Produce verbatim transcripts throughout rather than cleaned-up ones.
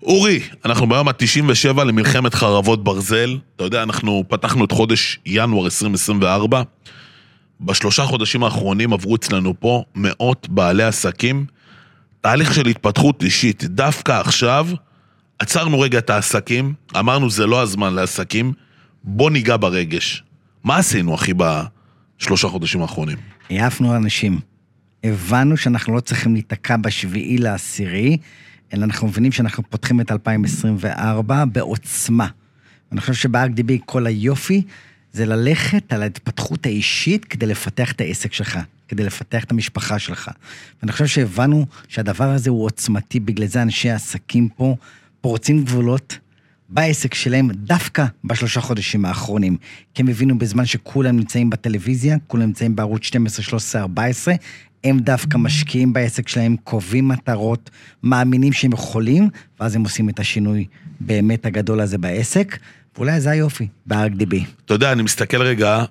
אורי, אנחנו ביום ה-תשעים ושבע למלחמת חרבות ברזל. אתה יודע, אנחנו פתחנו את חודש ינואר עשרים עשרים וארבע. בשלושה חודשים האחרונים עברו אצלנו פה מאות בעלי עסקים. תהליך של התפתחות אישית. דווקא עכשיו עצרנו רגע את העסקים, אמרנו זה לא הזמן לעסקים, בוא ניגע ברגש. מה עשינו, אחי, בשלושה חודשים האחרונים? העפנו אנשים. הבנו שאנחנו לא צריכים להתעקע בשביעי לעשירי, אלא אנחנו מבינים שאנחנו פותחים את אלפיים עשרים וארבע בעוצמה. אני חושב שב-ארק-די-בי כל היופי זה ללכת על ההתפתחות האישית כדי לפתח את העסק שלך, כדי לפתח את המשפחה שלך. ואני חושב שהבנו שהדבר הזה הוא עוצמתי, בגלל זה אנשי העסקים פה פורצים גבולות בעסק שלהם דווקא בשלושה חודשים האחרונים. כי הם הבינו בזמן שכולם נמצאים בטלוויזיה, כולם נמצאים בערוץ שתים עשרה, שלוש עשרה, ארבע עשרה, הם דווקא משקיעים בעסק שלהם, קובעים מטרות, מאמינים שהם יכולים, ואז הם עושים את השינוי באמת הגדול הזה בעסק, ואולי זה היופי, ב-ארק-די-בי. אתה יודע, אני מסתכל רגע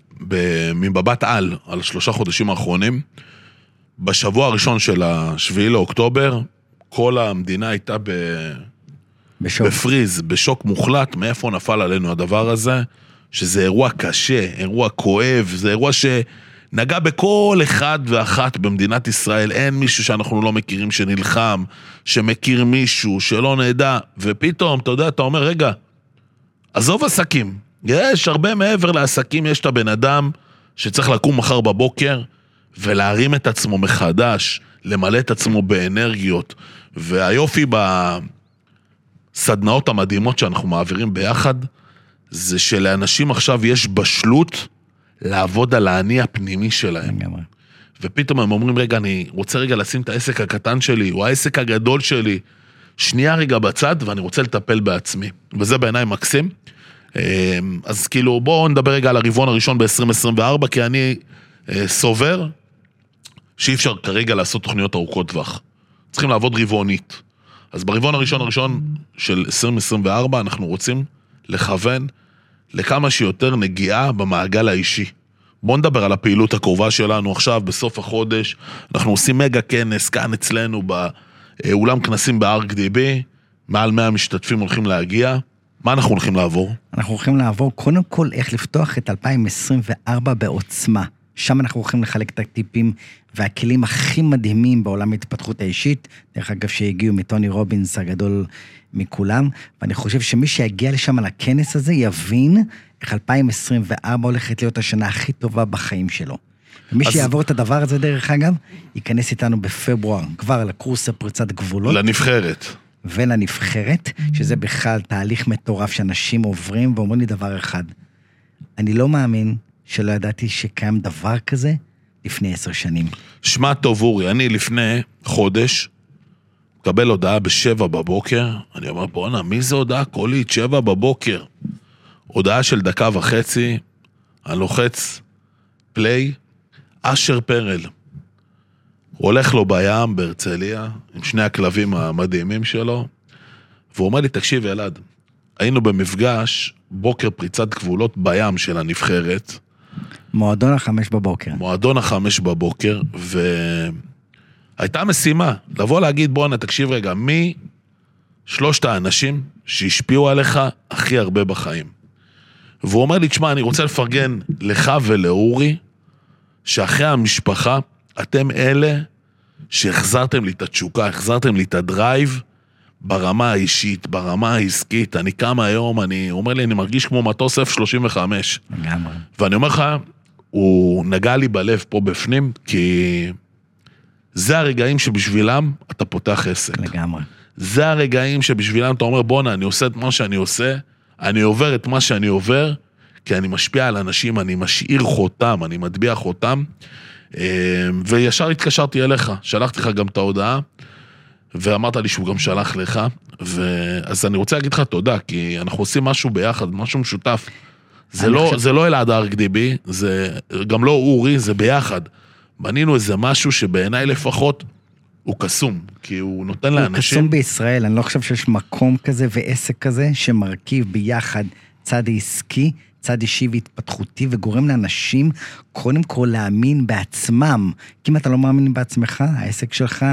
ממבט על, על שלושה חודשים האחרונים, בשבוע הראשון של השביעי לאוקטובר, כל המדינה הייתה ב... בשוק. בפריז, בשוק מוחלט, מאיפה נפל עלינו הדבר הזה, שזה אירוע קשה, אירוע כואב, זה אירוע שנגע בכל אחד ואחת במדינת ישראל, אין מישהו שאנחנו לא מכירים שנלחם, שמכיר מישהו, שלא נדע, ופתאום, אתה יודע, אתה אומר, רגע, עזוב עסקים, יש הרבה מעבר לעסקים, יש את הבן אדם שצריך לקום מחר בבוקר, ולהרים את עצמו מחדש, למלא את עצמו באנרגיות, והיופי בסדנאות המדהימות שאנחנו מעבירים ביחד, זה שלאנשים עכשיו יש בשלות לעבוד על העני הפנימי שלהם. לגמרי. ופתאום הם אומרים, רגע, אני רוצה רגע לשים את העסק הקטן שלי, או העסק הגדול שלי, שנייה רגע בצד, ואני רוצה לטפל בעצמי. וזה בעיניי מקסים. אז כאילו, בואו נדבר רגע על הרבעון הראשון ב-עשרים עשרים וארבע, כי אני סובר שאי אפשר כרגע לעשות תוכניות ארוכות טווח. צריכים לעבוד רבעונית. אז ברבעון הראשון הראשון של עשרים עשרים וארבע, אנחנו רוצים לכוון לכמה שיותר נגיעה במעגל האישי. בואו נדבר על הפעילות הקרובה שלנו עכשיו, בסוף החודש. אנחנו עושים מגה כנס כאן אצלנו באולם כנסים ב-ארק-די-בי, מעל מאה משתתפים הולכים להגיע. מה אנחנו הולכים לעבור? אנחנו הולכים לעבור קודם כל איך לפתוח את אלפיים עשרים וארבע בעוצמה. שם אנחנו הולכים לחלק את הטיפים והכלים הכי מדהימים בעולם ההתפתחות האישית, דרך אגב שהגיעו מטוני רובינס הגדול מכולם, ואני חושב שמי שיגיע לשם על הכנס הזה יבין איך אלפיים עשרים וארבע הולכת להיות השנה הכי טובה בחיים שלו. ומי אז... שיעבור את הדבר הזה דרך אגב, ייכנס איתנו בפברואר, כבר לקורס הפריצת גבולות. לנבחרת. ולנבחרת, שזה בכלל תהליך מטורף שאנשים עוברים ואומרים לי דבר אחד, אני לא מאמין שלא ידעתי שקיים דבר כזה לפני עשר שנים. שמע טוב אורי, אני לפני חודש, מקבל הודעה בשבע בבוקר, אני אומר, בוא'נה, מי זה הודעה קולית? שבע בבוקר. הודעה של דקה וחצי, אני לוחץ פליי, אשר פרל. הוא הולך לו בים בהרצליה, עם שני הכלבים המדהימים שלו, והוא אומר לי, תקשיב ילד, היינו במפגש בוקר פריצת גבולות בים של הנבחרת. מועדון החמש בבוקר. מועדון החמש בבוקר, והייתה משימה, לבוא להגיד, בוא תקשיב רגע, מי שלושת האנשים שהשפיעו עליך הכי הרבה בחיים. והוא אומר לי, תשמע, אני רוצה לפרגן לך ולאורי, שאחרי המשפחה, אתם אלה שהחזרתם לי את התשוקה, החזרתם לי את הדרייב, ברמה האישית, ברמה העסקית, אני קם היום, אני אומר לי, אני מרגיש כמו מטוס אף שלושים וחמש. לגמרי. ואני אומר לך, הוא נגע לי בלב פה בפנים, כי זה הרגעים שבשבילם אתה פותח עסק. לגמרי. זה הרגעים שבשבילם אתה אומר, בונה, אני עושה את מה שאני עושה, אני עובר את מה שאני עובר, כי אני משפיע על אנשים, אני משאיר חותם, אני מטביע חותם, וישר התקשרתי אליך, שלחתי לך גם את ההודעה, ואמרת לי שהוא גם שלח לך, אז אני רוצה להגיד לך תודה, כי אנחנו עושים משהו ביחד, משהו משותף. זה לא, זה לא אלעד ארק-די-בי, זה גם לא אורי, זה ביחד. בנינו איזה משהו שבעיניי לפחות הוא קסום, כי הוא נותן לאנשים... הוא קסום בישראל, אני לא חושב שיש מקום כזה ועסק כזה, שמרכיב ביחד צד עסקי, צד אישי והתפתחותי, וגורם לאנשים קודם כל להאמין בעצמם. כי אם אתה לא מאמין בעצמך, העסק שלך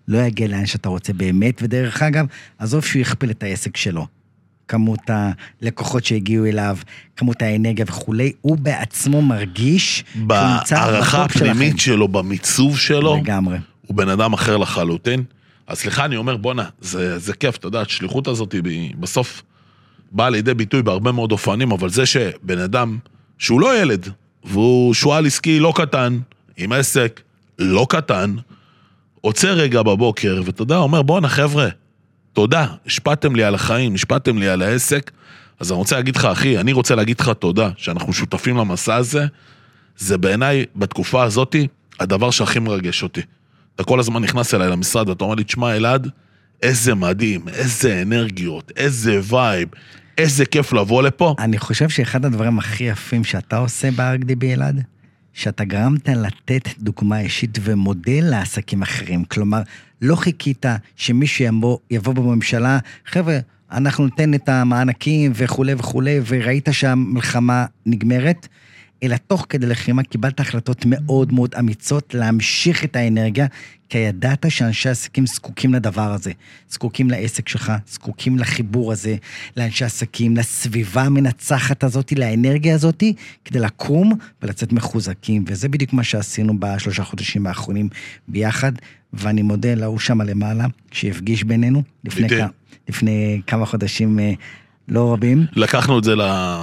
לא יגיע לאן שאתה רוצה באמת, ודרך אגב, עזוב שהוא יכפיל את העסק שלו. כמות הלקוחות שהגיעו אליו, כמות האנרגיה וכולי, הוא בעצמו מרגיש בערכה הפנימית שלו, במיצוב שלו, לגמרי. הוא בן אדם אחר לחלוטין. אז סליחה, אני אומר, בונה, זה, זה כיף, אתה יודע, השליחות הזאת היא בסוף באה לידי ביטוי בהרבה מאוד אופנים, אבל זה שבן אדם שהוא לא ילד, והוא שואל עסקי לא קטן, עם עסק לא קטן, עוצר רגע בבוקר, ואתה יודע, אומר, בונה, חבר'ה, תודה, השפעתם לי על החיים, השפעתם לי על העסק, אז אני רוצה להגיד לך, אחי, אני רוצה להגיד לך תודה, שאנחנו שותפים למסע הזה, זה בעיניי, בתקופה הזאת, הדבר שהכי מרגש אותי. אתה כל הזמן נכנס אליי למשרד, ואתה אומר לי, תשמע, אלעד, איזה מדהים, איזה אנרגיות, איזה וייב, איזה כיף לבוא לפה. אני חושב שאחד הדברים הכי יפים שאתה עושה ב-אר די בי, אלעד, שאתה גרמת לתת דוגמה אישית ומודל לעסקים אחרים. כלומר, לא חיכית שמישהו יבוא, יבוא בממשלה, חבר'ה, אנחנו ניתן את המענקים וכו' וכו', וראית שהמלחמה נגמרת, אלא תוך כדי לחימה קיבלת החלטות מאוד מאוד אמיצות להמשיך את האנרגיה, כי ידעת שאנשי עסקים זקוקים לדבר הזה, זקוקים לעסק שלך, זקוקים לחיבור הזה, לאנשי עסקים, לסביבה המנצחת הזאת, לאנרגיה הזאת, כדי לקום ולצאת מחוזקים, וזה בדיוק מה שעשינו בשלושה חודשים האחרונים ביחד, ואני מודה להוא שם למעלה, שהפגיש בינינו, לפני, כ... לפני כמה חודשים לא רבים. לקחנו את זה ל...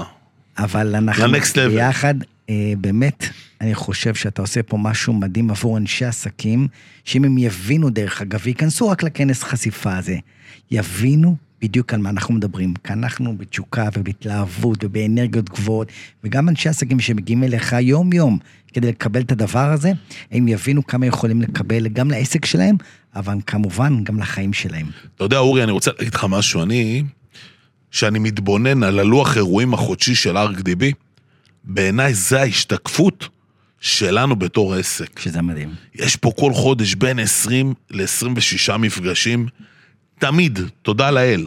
אבל אנחנו ביחד, באמת, אני חושב שאתה עושה פה משהו מדהים עבור אנשי עסקים, שאם הם יבינו דרך אגב, ויכנסו רק לכנס חשיפה הזה, יבינו בדיוק על מה אנחנו מדברים, כי אנחנו בתשוקה ובהתלהבות ובאנרגיות גבוהות, וגם אנשי עסקים שמגיעים אליך יום יום, כדי לקבל את הדבר הזה, הם יבינו כמה יכולים לקבל גם לעסק שלהם, אבל כמובן גם לחיים שלהם. אתה יודע, אורי, אני רוצה להגיד לך משהו, אני... שאני מתבונן על הלוח אירועים החודשי של אר די בי, בעיניי זה ההשתקפות שלנו בתור עסק. שזה מדהים. יש פה כל חודש בין עשרים ל-עשרים ושש מפגשים, תמיד, תודה לאל,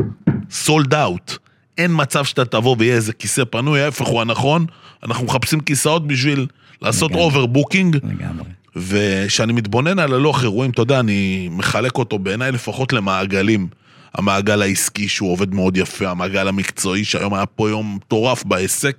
sold out, אין מצב שאתה תבוא ויהיה איזה כיסא פנוי, ההפך הוא הנכון, אנחנו מחפשים כיסאות בשביל לעשות אוברבוקינג, לגמרי. ושאני מתבונן על הלוח אירועים, אתה יודע, אני מחלק אותו בעיניי לפחות למעגלים, המעגל העסקי שהוא עובד מאוד יפה, המעגל המקצועי שהיום היה פה יום מטורף בעסק,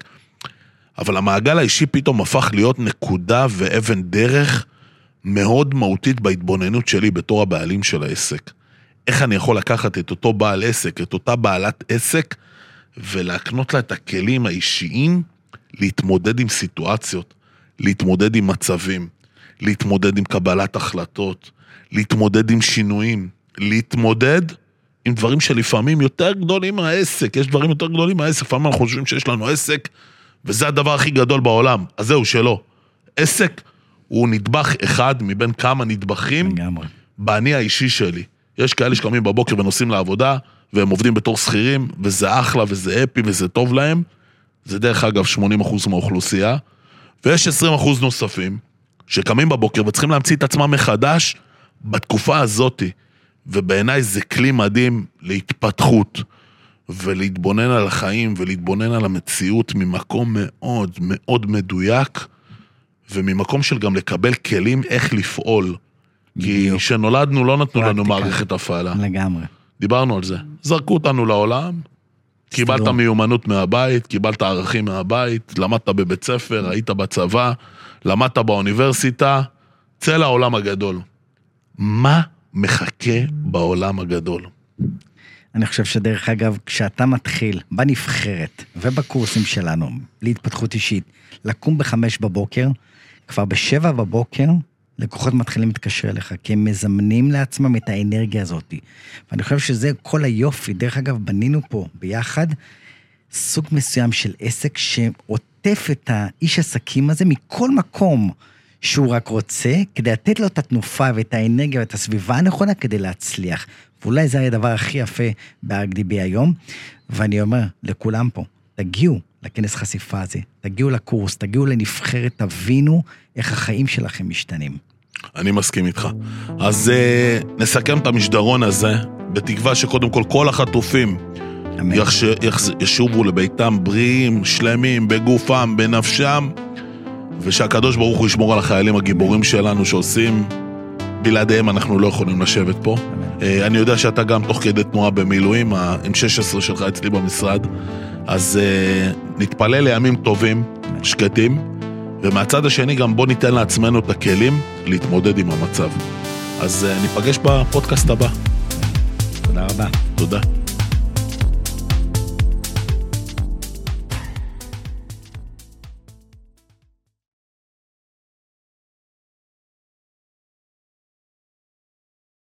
אבל המעגל האישי פתאום הפך להיות נקודה ואבן דרך מאוד מהותית בהתבוננות שלי בתור הבעלים של העסק. איך אני יכול לקחת את אותו בעל עסק, את אותה בעלת עסק, ולהקנות לה את הכלים האישיים להתמודד עם סיטואציות, להתמודד עם מצבים, להתמודד עם קבלת החלטות, להתמודד עם שינויים, להתמודד עם דברים שלפעמים יותר גדולים מהעסק, יש דברים יותר גדולים מהעסק, לפעמים אנחנו חושבים שיש לנו עסק, וזה הדבר הכי גדול בעולם, אז זהו שלא. עסק הוא נדבך אחד מבין כמה נדבכים, לגמרי. בעני האישי שלי. יש כאלה שקמים בבוקר ונוסעים לעבודה, והם עובדים בתור שכירים, וזה אחלה, וזה אפי, וזה טוב להם, זה דרך אגב שמונים אחוז מהאוכלוסייה, ויש עשרים אחוז נוספים, שקמים בבוקר וצריכים להמציא את עצמם מחדש, בתקופה הזאת, ובעיניי זה כלי מדהים להתפתחות, ולהתבונן על החיים, ולהתבונן על המציאות ממקום מאוד מאוד מדויק, וממקום של גם לקבל כלים איך לפעול. כי כשנולדנו לא נתנו לנו מערכת הפעלה. לגמרי. דיברנו על זה. זרקו אותנו לעולם, קיבלת מיומנות מהבית, קיבלת ערכים מהבית, למדת בבית ספר, היית בצבא, למדת באוניברסיטה, צא לעולם הגדול. מה מחכה בעולם הגדול? אני חושב שדרך אגב, כשאתה מתחיל בנבחרת ובקורסים שלנו, להתפתחות אישית, לקום בחמש בבוקר, כבר בשבע בבוקר, לקוחות מתחילים להתקשר אליך, כי הם מזמנים לעצמם את האנרגיה הזאת. ואני חושב שזה כל היופי. דרך אגב, בנינו פה ביחד, סוג מסוים של עסק שעוטף את האיש עסקים הזה מכל מקום שהוא רק רוצה, כדי לתת לו את התנופה ואת האנרגיה ואת הסביבה הנכונה כדי להצליח. ואולי זה היה הדבר הכי יפה ב-אר די בי היום. ואני אומר לכולם פה, תגיעו לכנס חשיפה הזה, תגיעו לקורס, תגיעו לנבחרת, תבינו איך החיים שלכם משתנים. אני מסכים איתך. אז uh, נסכם את המשדרון הזה, בתקווה שקודם כל כל החטופים יחש... יחש... ישובו לביתם בריאים, שלמים, בגופם, בנפשם, ושהקדוש ברוך הוא ישמור על החיילים הגיבורים שלנו שעושים בלעדיהם אנחנו לא יכולים לשבת פה. אני יודע שאתה גם תוך כדי תנועה במילואים, ה-אם שש עשרה שלך אצלי במשרד, אז נתפלל לימים טובים, שקטים, ומהצד השני גם בוא ניתן לעצמנו את הכלים להתמודד עם המצב. אז ניפגש בפודקאסט הבא. תודה רבה. תודה.